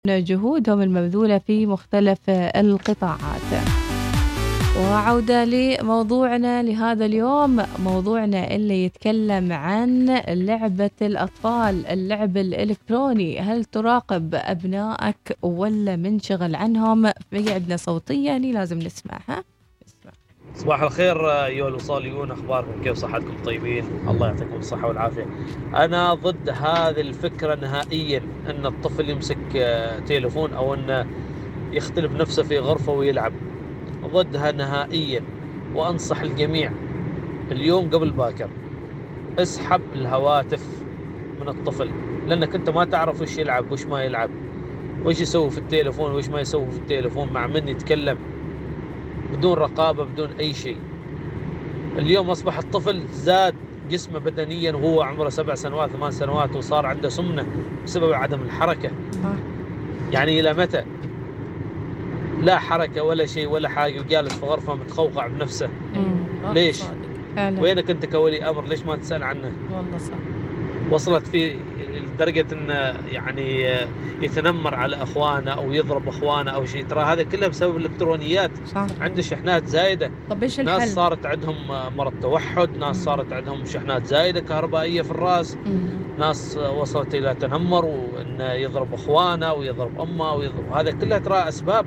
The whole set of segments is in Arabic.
جهودهم المبذولة في مختلف القطاعات. وعودة لموضوعنا لهذا اليوم، موضوعنا اللي يتكلم عن لعبة الأطفال، اللعب الإلكتروني. هل تراقب أبنائك ولا منشغل عنهم؟ في عندنا صوتية هني لازم نسمعها. صباح الخير أيها الوصاليون، أخباركم؟ كيف صحتكم؟ طيبين؟ الله يعطيكم الصحة والعافية. أنا ضد هذه الفكرة نهائيا، أن الطفل يمسك تليفون أو أنه يختلف نفسه في غرفة ويلعب. ضدها نهائيا، وأنصح الجميع اليوم قبل باكر اسحب الهواتف من الطفل، لأنك أنت ما تعرف وش يلعب وش ما يلعب، وش يسوي في التليفون وش ما يسوي في التليفون، مع من يتكلم، بدون رقابة بدون أي شيء. اليوم أصبح الطفل زاد جسمه بدنيا وهو عمره 7 سنوات 8 سنوات وصار عنده سمنة بسبب عدم الحركة. يعني إلى متى؟ لا حركة ولا شيء ولا حاجة، وجالس في غرفة متخوقع بنفسه. ليش؟ وينك أنت كولي أمر؟ ليش ما تسأل عنه؟ والله صح. وصلت في لدرجة أنه يعني يتنمر على أخوانه أو يضرب أخوانه أو شيء. ترى هذا كله بسبب الإلكترونيات. عنده شحنات زايدة. طب إيش الحل؟ ناس صارت عندهم مرض توحد، ناس صارت عندهم شحنات زايدة كهربائية في الرأس، ناس وصلت إلى تنمر وأنه يضرب أخوانه ويضرب أمه وهذا كلها ترى أسباب.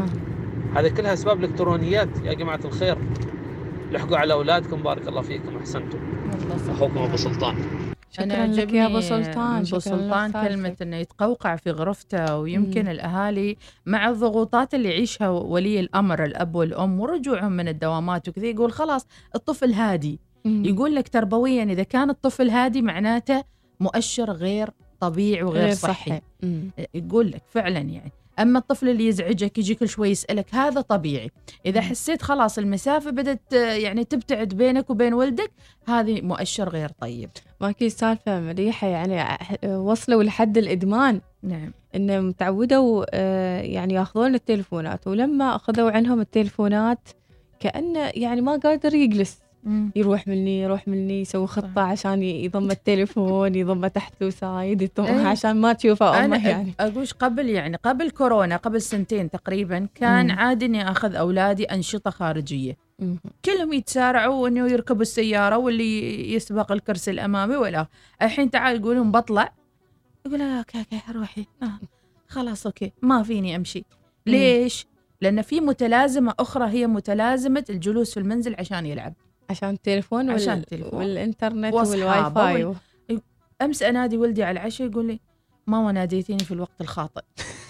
هذا كلها أسباب الإلكترونيات يا جماعة الخير. لحقوا على أولادكم، بارك الله فيكم، أحسنتم. أخوكم أبو سلطان. أنا عجبني يا أبو سلطان. أبو سلطان كلمة إنه يتقوقع في غرفته، ويمكن الأهالي مع الضغوطات اللي يعيشها ولي الأمر الأب والأم ورجوعهم من الدوامات وكذا، يقول خلاص الطفل هادي. يقول لك تربويا إذا كان الطفل هادي معناته مؤشر غير طبيعي وغير صحي. يقول لك فعلا يعني. أما الطفل اللي يزعجك يجي كل شوي يسألك، هذا طبيعي. إذا حسيت خلاص المسافة بدأت يعني تبتعد بينك وبين ولدك، هذه مؤشر غير طيب. ما كي سالفة مريحة يعني، وصلوا لحد الإدمان. نعم. إنه متعودوا يعني يأخذون التلفونات، ولما أخذوا عنهم التلفونات كأنه يعني ما قادر يجلس. يروح مني يسوي خطة عشان يضم التليفون، يضمه تحت وسايد عشان ما تشوفه أمه. يعني أقولش قبل كورونا، قبل 2 تقريبا، كان عادي إني أخذ أولادي أنشطة خارجية. كلهم يتسارعوا إنه يركبوا السيارة واللي يسبق الكرسي الأمامي ولا. الحين تعال يقولون بطلع، يقول اوكي روحي خلاص اوكي ما فيني امشي. ليش؟ لان في متلازمه اخرى، هي متلازمه الجلوس في المنزل عشان يلعب، عشان التليفون والانترنت والواي فاي. امس انادي ولدي على العشاء يقول لي ماما ناديتيني في الوقت الخاطئ.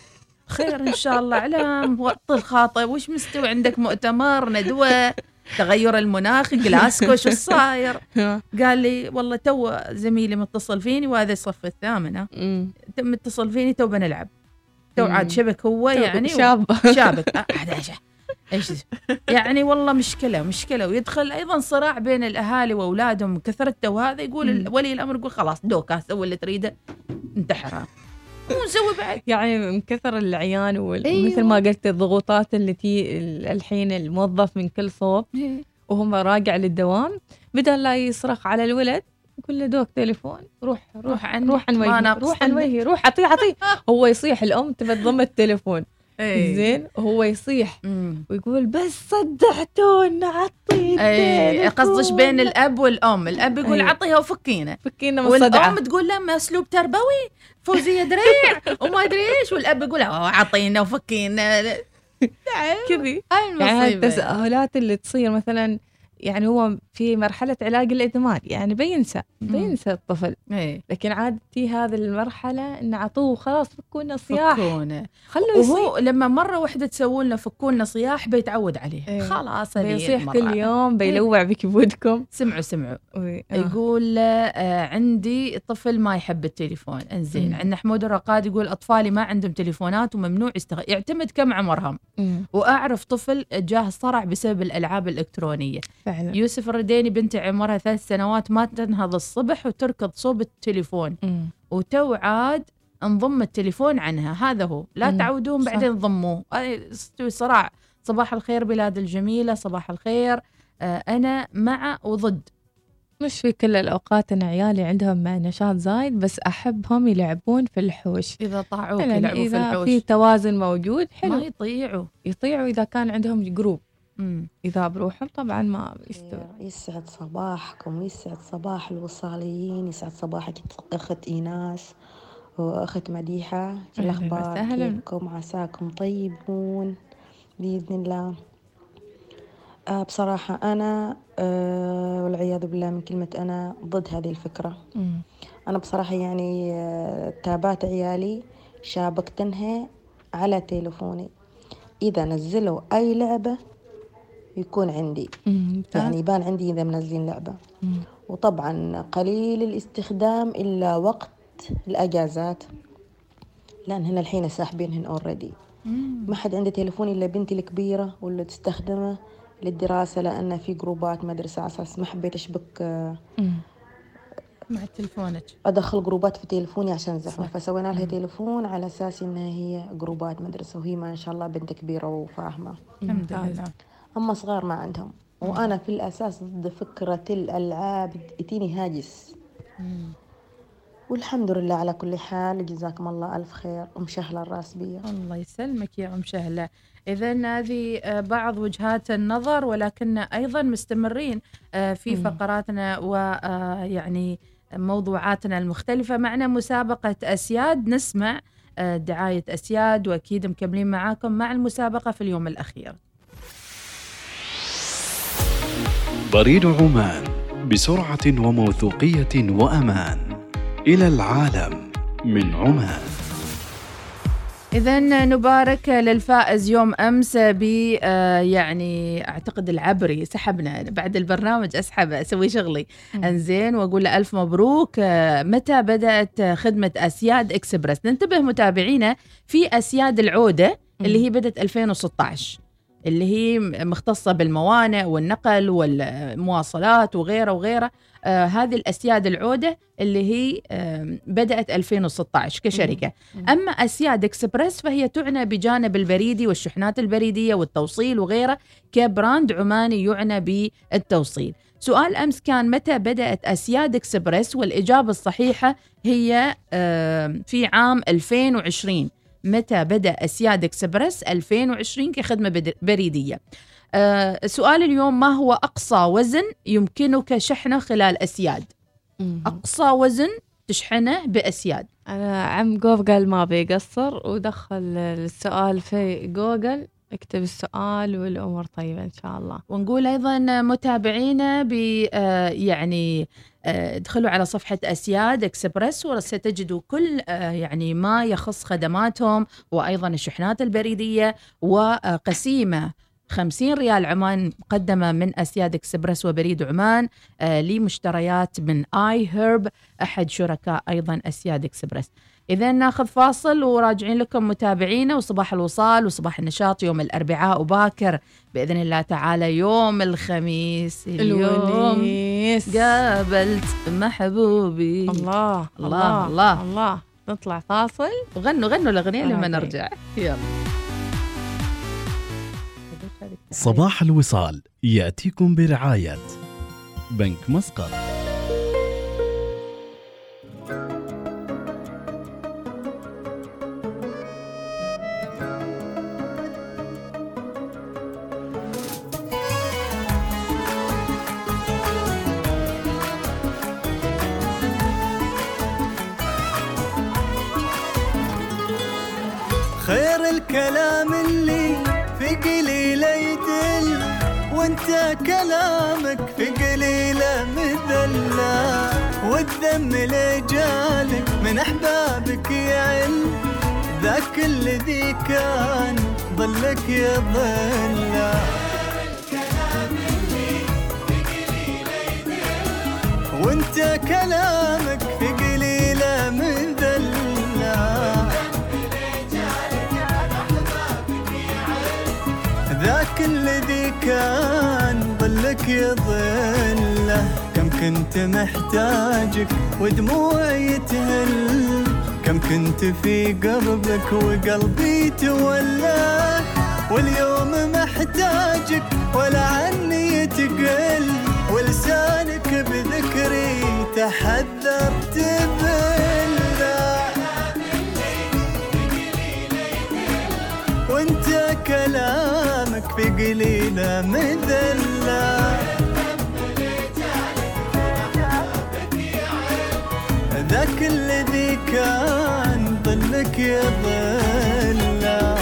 خير ان شاء الله، على وقت الخاطئ وش مستوي عندك؟ مؤتمر، ندوه، تغير المناخ، جلاسكو، شو صاير؟ قال لي والله تو زميلي متصل فيني، وهذا الصف الثامن متصل فيني تو بنلعب، تو عاد شبك هو يعني شابك 11 ايش يعني. والله مشكله ويدخل ايضا صراع بين الاهالي واولادهم كثرته، وهذا يقول ولي الامر يقول خلاص دوكا سوي اللي تريده انتحرها ونسوي بعد. يعني من كثر العيان ومثل ما قلت الضغوطات اللي الحين الموظف من كل صوب وهم راجع للدوام، بدل لا يصرخ على الولد يقول له دوك تليفون، روح عن وجهي، روح عطيه هو يصيح، الأم تبى تضم التليفون زين، وهو يصيح ويقول بس صدعتونا عطيه. قصدش بين الأب والأم، الأب يقول عطيها وفكينا من الصدعة، والأم تقول لما أسلوب تربوي فوزية دريع وما أدري إيش، والأب يقول عطينا وفكينا كذي. يعني التساؤلات اللي تصير مثلا، يعني هو في مرحلة علاج الإدمان، يعني بينسى الطفل. لكن عاد في هذه المرحلة إن عطوه خلاص فكونا صياح، خلوه وهو لما مرة واحدة تسووا لنا فكونا صياح بيتعود عليه. خلاص بيصيح كل يوم، بيلوع بكبودكم. سمعوا يقول عندي طفل ما يحب التليفون. انزين عندنا حمود الرقاد يقول أطفالي ما عندهم تليفونات وممنوع يعتمد كم عمرهم. وأعرف طفل جاه صرع بسبب الألعاب الإلكترونية فعلا. يوسف الرديني بنت عمرها 3 سنوات ما تنهض الصبح وتركض صوب التليفون، وتو عاد انضم التليفون عنها. هذا هو، لا تعودون بعدين ضموه. صراع. صباح الخير بلاد الجميلة، صباح الخير. أنا مع وضد مش في كل الأوقات أنا عيالي عندهم نشاط زايد، بس أحبهم يلعبون في الحوش. إذا طاعوك يعني يلعبوا في الحوش، في توازن موجود حلو، ما يطيعوا إذا كان عندهم جروب. إذا بروحهم طبعا ما يستوي. يسعد صباحكم، يسعد صباح الوصاليين، يسعد صباحك أخت إيناس وأخت مديحة. شو الأخبار؟ كيفكم؟ عساكم طيبون بإذن الله. بصراحة أنا والعياذ بالله من كلمة أنا ضد هذه الفكرة. أنا بصراحة يعني تابعت عيالي شابكتنها على تليفوني، إذا نزلوا أي لعبة يكون عندي، يعني يبان عندي إذا منزلين لعبة. وطبعا قليل الاستخدام إلا وقت الأجازات، لأن هنا الحين ساحبينهن أوريدي. ما حد عنده تليفون إلا بنتي الكبيرة واللي تستخدمه للدراسة، لأن في جروبات مدرسة، أساس ما حبيت أشبك مع تلفونك، أدخل جروبات في تليفوني عشان زحمة، فسوينا لها تليفون على أساس إنها هي جروبات مدرسة، وهي ما شاء الله بنت كبيرة وفاهمة. الحمد لله. أما صغار ما عندهم. وأنا في الأساس ضد فكرة الألعاب، اتيني هاجس. والحمد لله على كل حال، جزاكم الله ألف خير. ومشهلة الراس بيا. الله يسلمك يا أم شهلة. إذن هذه بعض وجهات النظر، ولكن أيضا مستمرين في فقراتنا ويعني موضوعاتنا المختلفة. معنا مسابقة أسياد، نسمع دعاية أسياد وأكيد مكملين معاكم مع المسابقة في اليوم الأخير. بريد عمان، بسرعة وموثوقية وأمان إلى العالم من عمان. إذن نبارك للفائز يوم أمس يعني أعتقد العبري، سحبنا بعد البرنامج، أسحب أسوي شغلي أنزين وأقول له ألف مبروك. متى بدأت خدمة أسياد إكسبرس؟ ننتبه متابعينا، في أسياد العودة اللي هي بدأت 2016، اللي هي مختصة بالموانئ والنقل والمواصلات وغيره وغيره. هذه الأسياد العودة اللي هي بدأت 2016 كشركة. أما أسياد إكسبرس فهي تعنى بجانب البريدي والشحنات البريدية والتوصيل وغيره، كبراند عماني يعنى بالتوصيل. سؤال أمس كان متى بدأت أسياد إكسبرس، والإجابة الصحيحة هي في عام 2020. متى بدأ أسياد إكسبرس؟ 2020 كخدمة بريدية. سؤال اليوم، ما هو أقصى وزن يمكنك شحنه خلال أسياد؟ أقصى وزن تشحنه بأسياد. أنا عم جوجل ما بيقصر، ودخل السؤال في جوجل، اكتب السؤال والأمور طيبة إن شاء الله. ونقول أيضا متابعينا يعني ادخلوا على صفحة أسياد إكسبرس وستجدوا كل يعني ما يخص خدماتهم، وأيضا الشحنات البريدية، وقسيمة 50 ريال عمان مقدمة من أسياد إكسبرس وبريد عمان لمشتريات من آي هيرب، أحد شركاء أيضا أسياد إكسبرس. إذن ناخذ فاصل وراجعين لكم متابعينا، وصباح الوصال وصباح النشاط يوم الأربعاء وباكر بإذن الله تعالى يوم الخميس. اليوم قابلت محبوبي. الله الله الله الله. نطلع فاصل وغنوا الأغنية لما نرجع. يلا. صباح الوصال يأتيكم برعاية بنك مسقط. خير الكلام اللي في قليل يدل، وانت كلامك في قليله مذلة، والذم اللي جالك من احبابك يعل، ذاك الذي كان ظلك يظل. وانت كلامك في قليله مذلة، ذاك الذي كان ظلك يظله. كم كنت محتاجك ودموعي تهل، كم كنت في قربك وقلبي تولى، واليوم محتاجك ولا عني تقل، ولسانك بذكري تحذر تبلع، وانت كلامك في قليلة مذلع، ذاك الذي كان ظلك يضلع.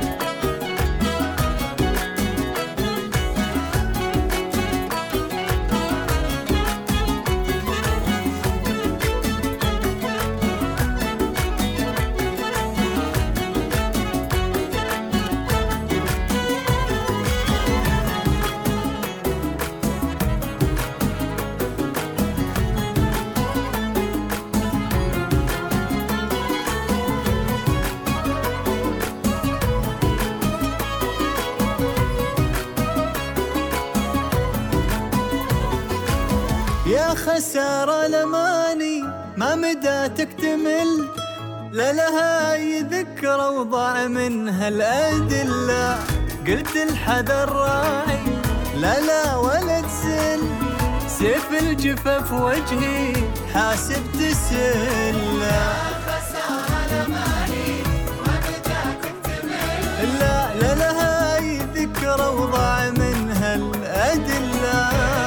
يا خسارة الأماني ما مدى تكتمل، لا لها أي ذكرى وضاع منها الأدلة. قلت الحذر راعي لا ولا تسل، سيف الجفاف وجهي حاسب تسل. يا خسارة الأماني ما مدى تكتمل، لا لها أي ذكرى وضاع منها الأدلة.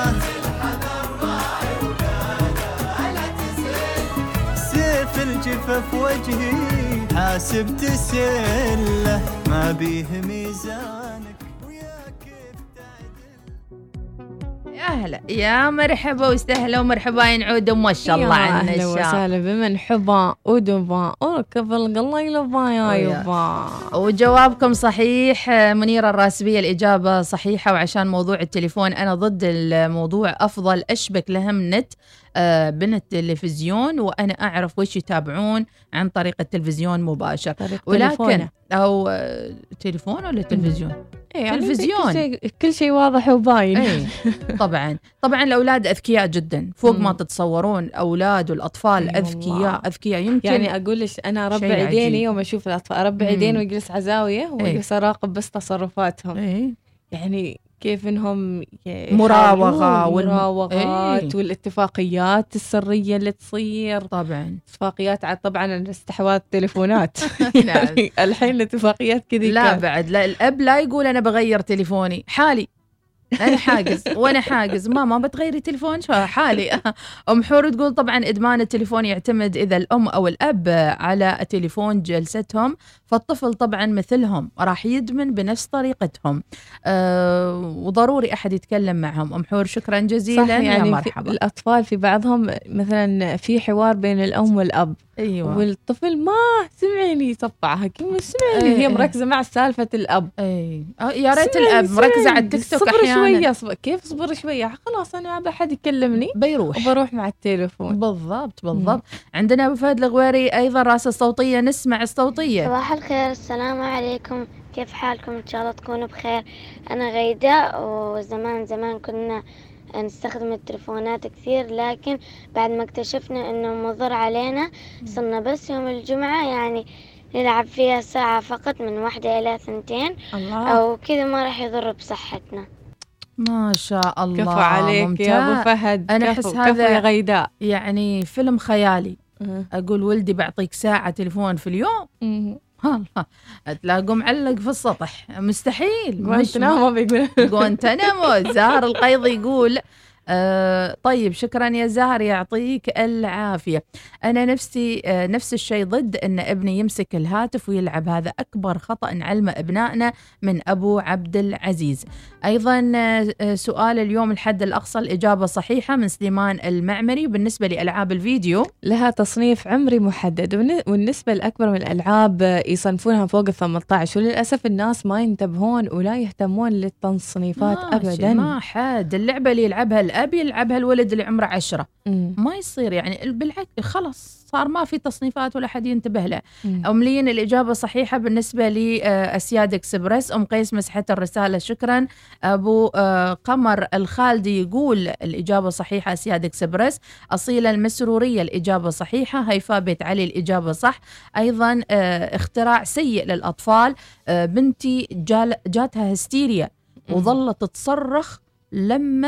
في الجفاف وجهي حاسب تسله، ما بيه ميزانك ويا كيف تعدل. يا هلا يا مرحبا وسهلا ومرحبا ينعود ما شاء الله عنا الشاب. اهلا وسهلا بمن حبا ودبا وركب القله يلبا يا يبا. وجوابكم صحيح، منيرة الراسبية الإجابة صحيحة. وعشان موضوع التليفون أنا ضد الموضوع، أفضل أشبك لهم نت بين التلفزيون وأنا أعرف وش يتابعون عن طريق التلفزيون مباشر. ولكن أو تليفون ولا تلفزيون؟ يعني تلفزيون كل شيء واضح وباين. طبعا الأولاد أذكياء جدا فوق ما تتصورون. أولاد والأطفال أذكياء يمكن. يعني أقول لك أنا أربع عيديني يوم أشوف الأطفال أربع عيدين ويجلس على زاوية ويجلس أراقب بس تصرفاتهم. يعني كيف انهم مراوغات والاتفاقيات السريه اللي تصير. طبعا اتفاقيات طبعا استحواذ التليفونات. يعني الحين الاتفاقيات كذي. لا بعد لا، الاب لا يقول انا بغير تليفوني حالي، أنا حاجز وأنا حاجز. ماما بتغيري تليفون شو حالي. أم حور تقول طبعا إدمان التليفون يعتمد إذا الأم أو الأب على التليفون جلستهم، فالطفل طبعا مثلهم راح يدمن بنفس طريقتهم. وضروري أحد يتكلم معهم. أم حور شكرا جزيلا. يعني يا مرحبا. الأطفال في بعضهم مثلا في حوار بين الأم والأب. أيوة. والطفل ما سمعني يصفعها كم سمعني. هي مركزة مع سالفة الأب. يا ريت الأب مركزة على التيك توك أحيانا. كيف صبر شوية خلاص أنا ما بحد يكلمني بروح مع التليفون. بالضبط. عندنا أبو فهد الغويري أيضا راسة صوتية، نسمع الصوتية. صباح الخير، السلام عليكم، كيف حالكم؟ إن شاء الله تكونوا بخير. أنا غيداء، وزمان كنا نستخدم التلفونات كثير، لكن بعد ما اكتشفنا إنه مضر علينا صرنا بس يوم الجمعة يعني نلعب فيها ساعة فقط من 1 إلى 2 أو كذا، ما راح يضر بصحتنا. ما شاء الله. كفو عليك ممتاز. يا أبو فهد. أنا أحس هذا يا غيداء يعني فيلم خيالي. أقول ولدي بعطيك ساعة تليفون في اليوم، الله تلاقوا معلق في السطح، مستحيل. غوانتنامو بيقول. غوانتنامو. زهر القيضي يقول طيب شكرا يا زهر، يعطيك العافية. أنا نفس الشيء، ضد أن ابني يمسك الهاتف ويلعب، هذا أكبر خطأ نعلمه أبنائنا. من أبو عبد العزيز. أيضا سؤال اليوم الحد الأقصى، الإجابة صحيحة من سليمان المعمري. بالنسبة لألعاب الفيديو لها تصنيف عمري محدد، والنسبة الأكبر من الألعاب يصنفونها فوق 18، وللأسف الناس ما ينتبهون ولا يهتمون للتصنيفات أبدا. ما حد اللعبة اللي يلعبها الأب يلعبها الولد اللي عمره 10. ما يصير يعني، بالعكس خلاص صار ما في تصنيفات ولا حد ينتبه له. أملين الإجابة صحيحة بالنسبة لأسياد إكسبرس. أم قيس مسحت الرسالة شكرا. أبو قمر الخالدي يقول الإجابة صحيحة أسياد إكسبرس. أصيلة المسرورية الإجابة صحيحة. هيفاء بيت علي الإجابة صح. أيضا اختراع سيء للأطفال. بنتي جاتها هستيريا وظلت تصرخ لما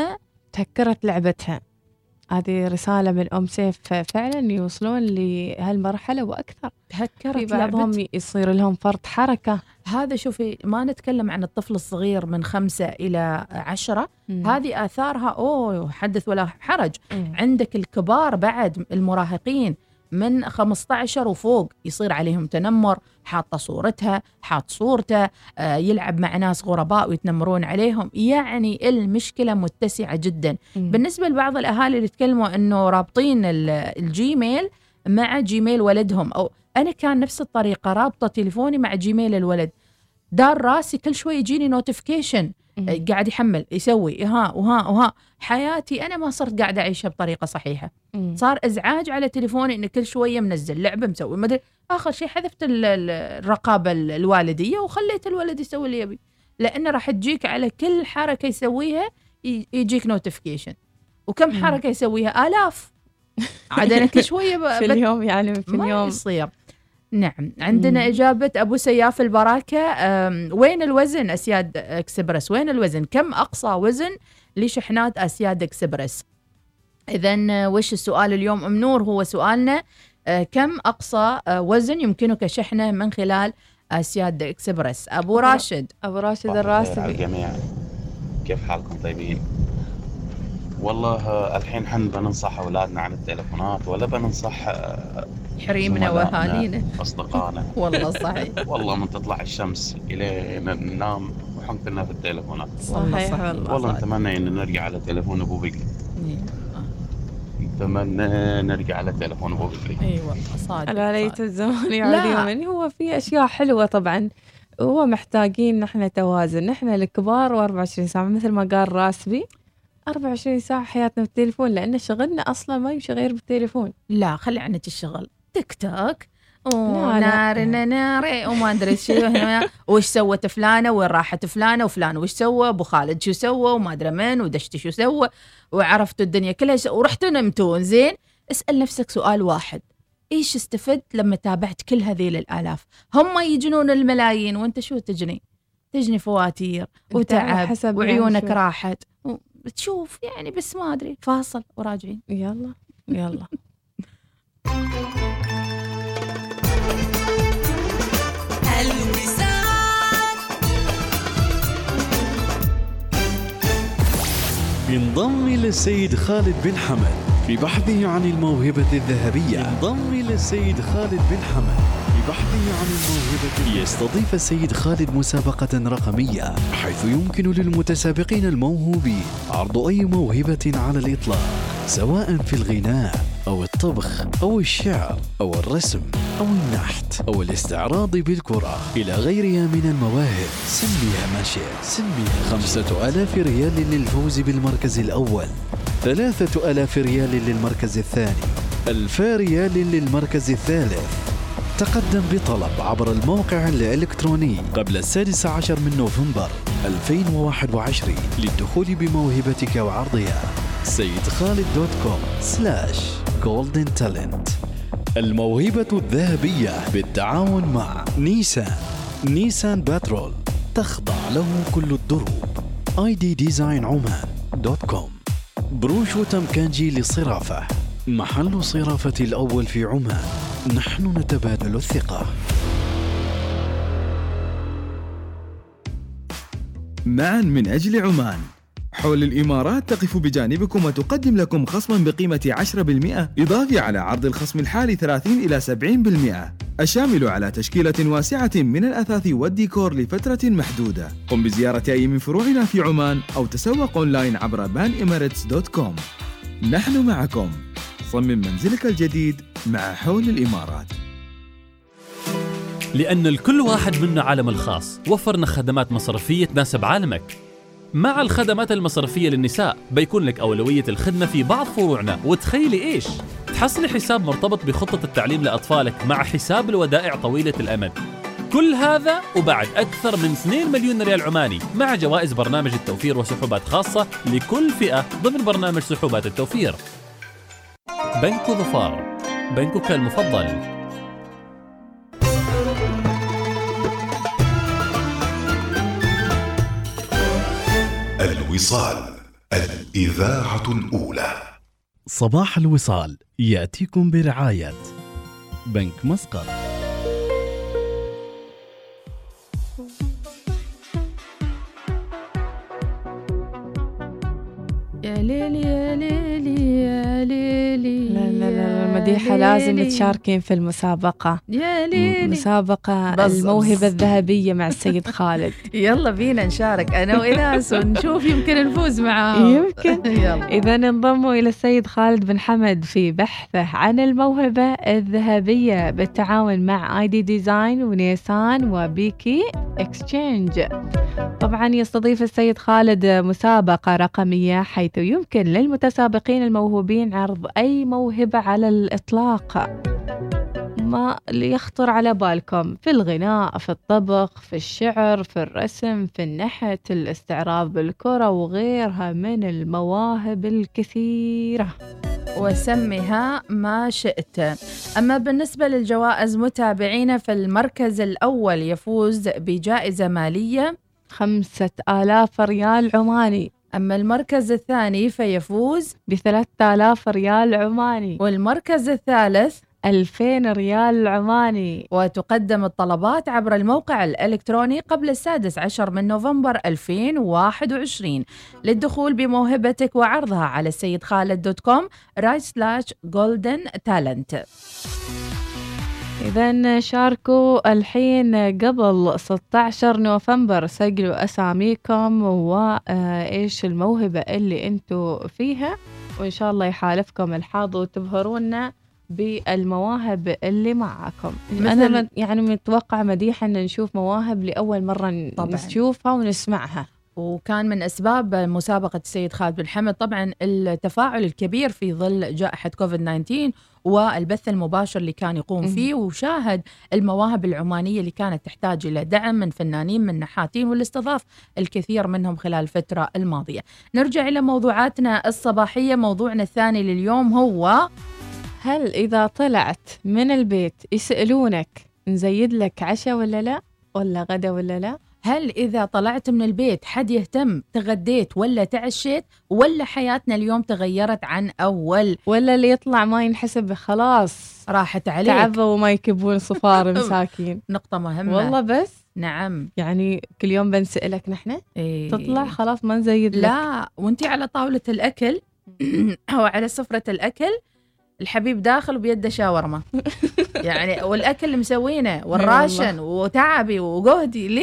تهكرت لعبتها. هذه رسالة من أم سيف، فعلا يوصلون لهالمرحلة وأكثر. تهكرت في بعضهم يصير لهم فرط حركة. هذا شوفي، ما نتكلم عن الطفل الصغير من 5 إلى 10. هذه آثارها حدث ولا حرج. عندك الكبار بعد، المراهقين من 15 وفوق يصير عليهم تنمر، حاطة صورتها، حاط صورته، يلعب مع ناس غرباء ويتنمرون عليهم. يعني المشكلة متسعة جدا. بالنسبة لبعض الأهالي اللي يتكلموا أنه رابطين الجيميل مع جيميل ولدهم، أو أنا كان نفس الطريقة، رابطة تليفوني مع جيميل الولد، دار راسي كل شوي يجيني نوتيفيكيشن قاعد يحمل يسوي وها. حياتي أنا ما صرت قاعدة أعيشها بطريقة صحيحة. صار إزعاج على تليفوني إن كل شوية منزل لعبة مسوي مدري. آخر شيء حذفت الرقابة الوالدية وخليت الولد يسوي اللي يبي، لأنه راح تجيك على كل حركة يسويها يجيك نوتيفيكيشن. وكم حركة يسويها؟ آلاف. عاد أنا كل شوية في اليوم، يعني في اليوم ما يصير. نعم. عندنا إجابة أبو سياف البراكة. وين الوزن أسياد إكسبرس؟ وين الوزن؟ كم أقصى وزن لشحنات أسياد إكسبرس؟ إذن وش السؤال اليوم أم نور؟ هو سؤالنا كم أقصى وزن يمكنك شحنه من خلال أسياد إكسبرس؟ أبو راشد الراسبي. الجميع كيف حالكم؟ طيبين؟ والله الحين حن بننصح أولادنا عن التلفونات، ولا بننصح حريمنا وأهالينا أصدقائنا؟ والله صحيح. والله من تطلع الشمس إلى ننام وحنكنا في التلفونات. صحيح. والله نتمنى إن نرجع على تلفون أبو بقري. نتمنى نرجع على تلفون أبو بقري. أي والله صادق. على ليت الزمان يعود يوما. هو في أشياء حلوة طبعا، هو محتاجين نحن توازن. نحن الكبار و24 ساعة مثل ما قال راسبي، 24 ساعة حياتنا بالتليفون، لأن شغلنا أصلا ما يمشي غير بالتليفون. لا خلي عنك الشغل، تيك توك ناري وما أدري شو وش سوت فلانة، وين راحت فلانة، وفلان وش سوى، أبو خالد شو سوى، وما أدري من، ودشت شو سوى، وعرفتوا الدنيا كلها ورحتوا نمتون. زين، اسأل نفسك سؤال واحد، إيش استفدت لما تابعت كل هذه الآلاف؟ هم يجنون الملايين وانت شو تجني فواتير وتعب وعيونك راحت. بتشوف يعني، بس ما أدري. فاصل وراجعين. يلا ينضم إلى السيد خالد بن حمد في بحثه عن الموهبة الذهبية. يستضيف السيد خالد مسابقة رقمية، حيث يمكن للمتسابقين الموهوبين عرض أي موهبة على الإطلاق، سواء في الغناء أو الطبخ أو الشعر أو الرسم أو النحت أو الاستعراض بالكرة إلى غيرها من المواهب. سميها ما شئت. 5,000 ريال للفوز بالمركز الأول، 3,000 ريال للمركز الثاني، 1,000 ريال للمركز الثالث. تقدم بطلب عبر الموقع الإلكتروني قبل 16 من نوفمبر 2021 للدخول بموهبتك وعرضها. سيدخالد.com/golden talent. الموهبة الذهبية بالتعاون مع نيسان باترول، تخضع له كل الدروب. iddesignoman.com. بروش وتمكانجي للصرافة، محل الصرافة الأول في عمان. نحن نتبادل الثقة. معا من أجل عمان. حول الإمارات تقف بجانبكم وتقدم لكم خصما بقيمة 10% إضافي على عرض الخصم الحالي 30 إلى 70%، الشامل على تشكيلة واسعة من الأثاث والديكور لفترة محدودة. قم بزيارة أي من فروعنا في عمان أو تسوق أونلاين عبر banemirates.com. نحن معكم. صمم منزلك الجديد مع حول الإمارات. لأن الكل واحد منا عالم الخاص، وفرنا خدمات مصرفية تناسب عالمك. مع الخدمات المصرفية للنساء بيكون لك أولوية الخدمة في بعض فروعنا. وتخيلي إيش؟ تحصلي حساب مرتبط بخطة التعليم لأطفالك مع حساب الودائع طويلة الأمد. كل هذا وبعد أكثر من 2 مليون ريال عماني، مع جوائز برنامج التوفير وسحوبات خاصة لكل فئة ضمن برنامج سحوبات التوفير. بنك ظفار، بنكك المفضل. الوصال. الإذاعة الأولى. صباح الوصال يأتيكم برعاية بنك مسقط. يا ليلي يا ليلي يا ليلي. لا مديحة لازم تشاركين في المسابقة. يا ليلي مسابقة الموهبة الذهبية مع السيد خالد. يلا بينا نشارك أنا وإناس ونشوف يمكن نفوز معاه. يمكن. إذا انضموا إلى السيد خالد بن حمد في بحثه عن الموهبة الذهبية بالتعاون مع ID Design ونيسان وبيكي اكسشينج. طبعا يستضيف السيد خالد مسابقة رقمية حيث يمكن للمتسابقين الموهوبين عرض أي موهبة على الإطلاق ما يخطر على بالكم، في الغناء، في الطبخ، في الشعر، في الرسم، في النحت، الاستعراض بالكرة وغيرها من المواهب الكثيرة، وسمها ما شئت. أما بالنسبة للجوائز متابعينا، في المركز الأول يفوز بجائزة مالية 5000 ريال عماني. أما المركز الثاني فيفوز ب3000 ريال عماني. والمركز الثالث 2000 ريال عماني. وتقدم الطلبات عبر الموقع الإلكتروني قبل 16 من نوفمبر 2021 للدخول بموهبتك وعرضها على السيدخالد.com/golden-talent. إذن شاركوا الحين قبل 16 نوفمبر، سجلوا أساميكم وإيش الموهبة اللي أنتوا فيها، وإن شاء الله يحالفكم الحظ وتبهرونا بالمواهب اللي معاكم. أنا يعني متوقع مديحة أن نشوف مواهب لأول مرة نشوفها ونسمعها. وكان من أسباب مسابقة السيد خالد بن حمد طبعا التفاعل الكبير في ظل جائحة كوفيد-19 والبث المباشر اللي كان يقوم فيه، وشاهد المواهب العمانية اللي كانت تحتاج إلى دعم من فنانين من نحاتين، واللي استضاف الكثير منهم خلال الفترة الماضية. نرجع إلى موضوعاتنا الصباحية. موضوعنا الثاني لليوم هو: هل إذا طلعت من البيت يسألونك نزيد لك عشاء ولا لا، ولا غدا ولا لا؟ هل إذا طلعت من البيت حد يهتم تغديت ولا تعشيت، ولا حياتنا اليوم تغيرت عن أول، ولا اللي يطلع ما ينحسب خلاص راحت عليك، تعبوا وما يكبون صفار مساكين. نقطة مهمة والله. بس نعم، يعني كل يوم بنسألك نحن تطلع خلاص ما نزيد لك. لا، وانتي على طاولة الأكل أو على سفرة الأكل الحبيب داخل وبيده شاورما يعني، والأكل اللي مسوينه والراشن وتعبي وجهدي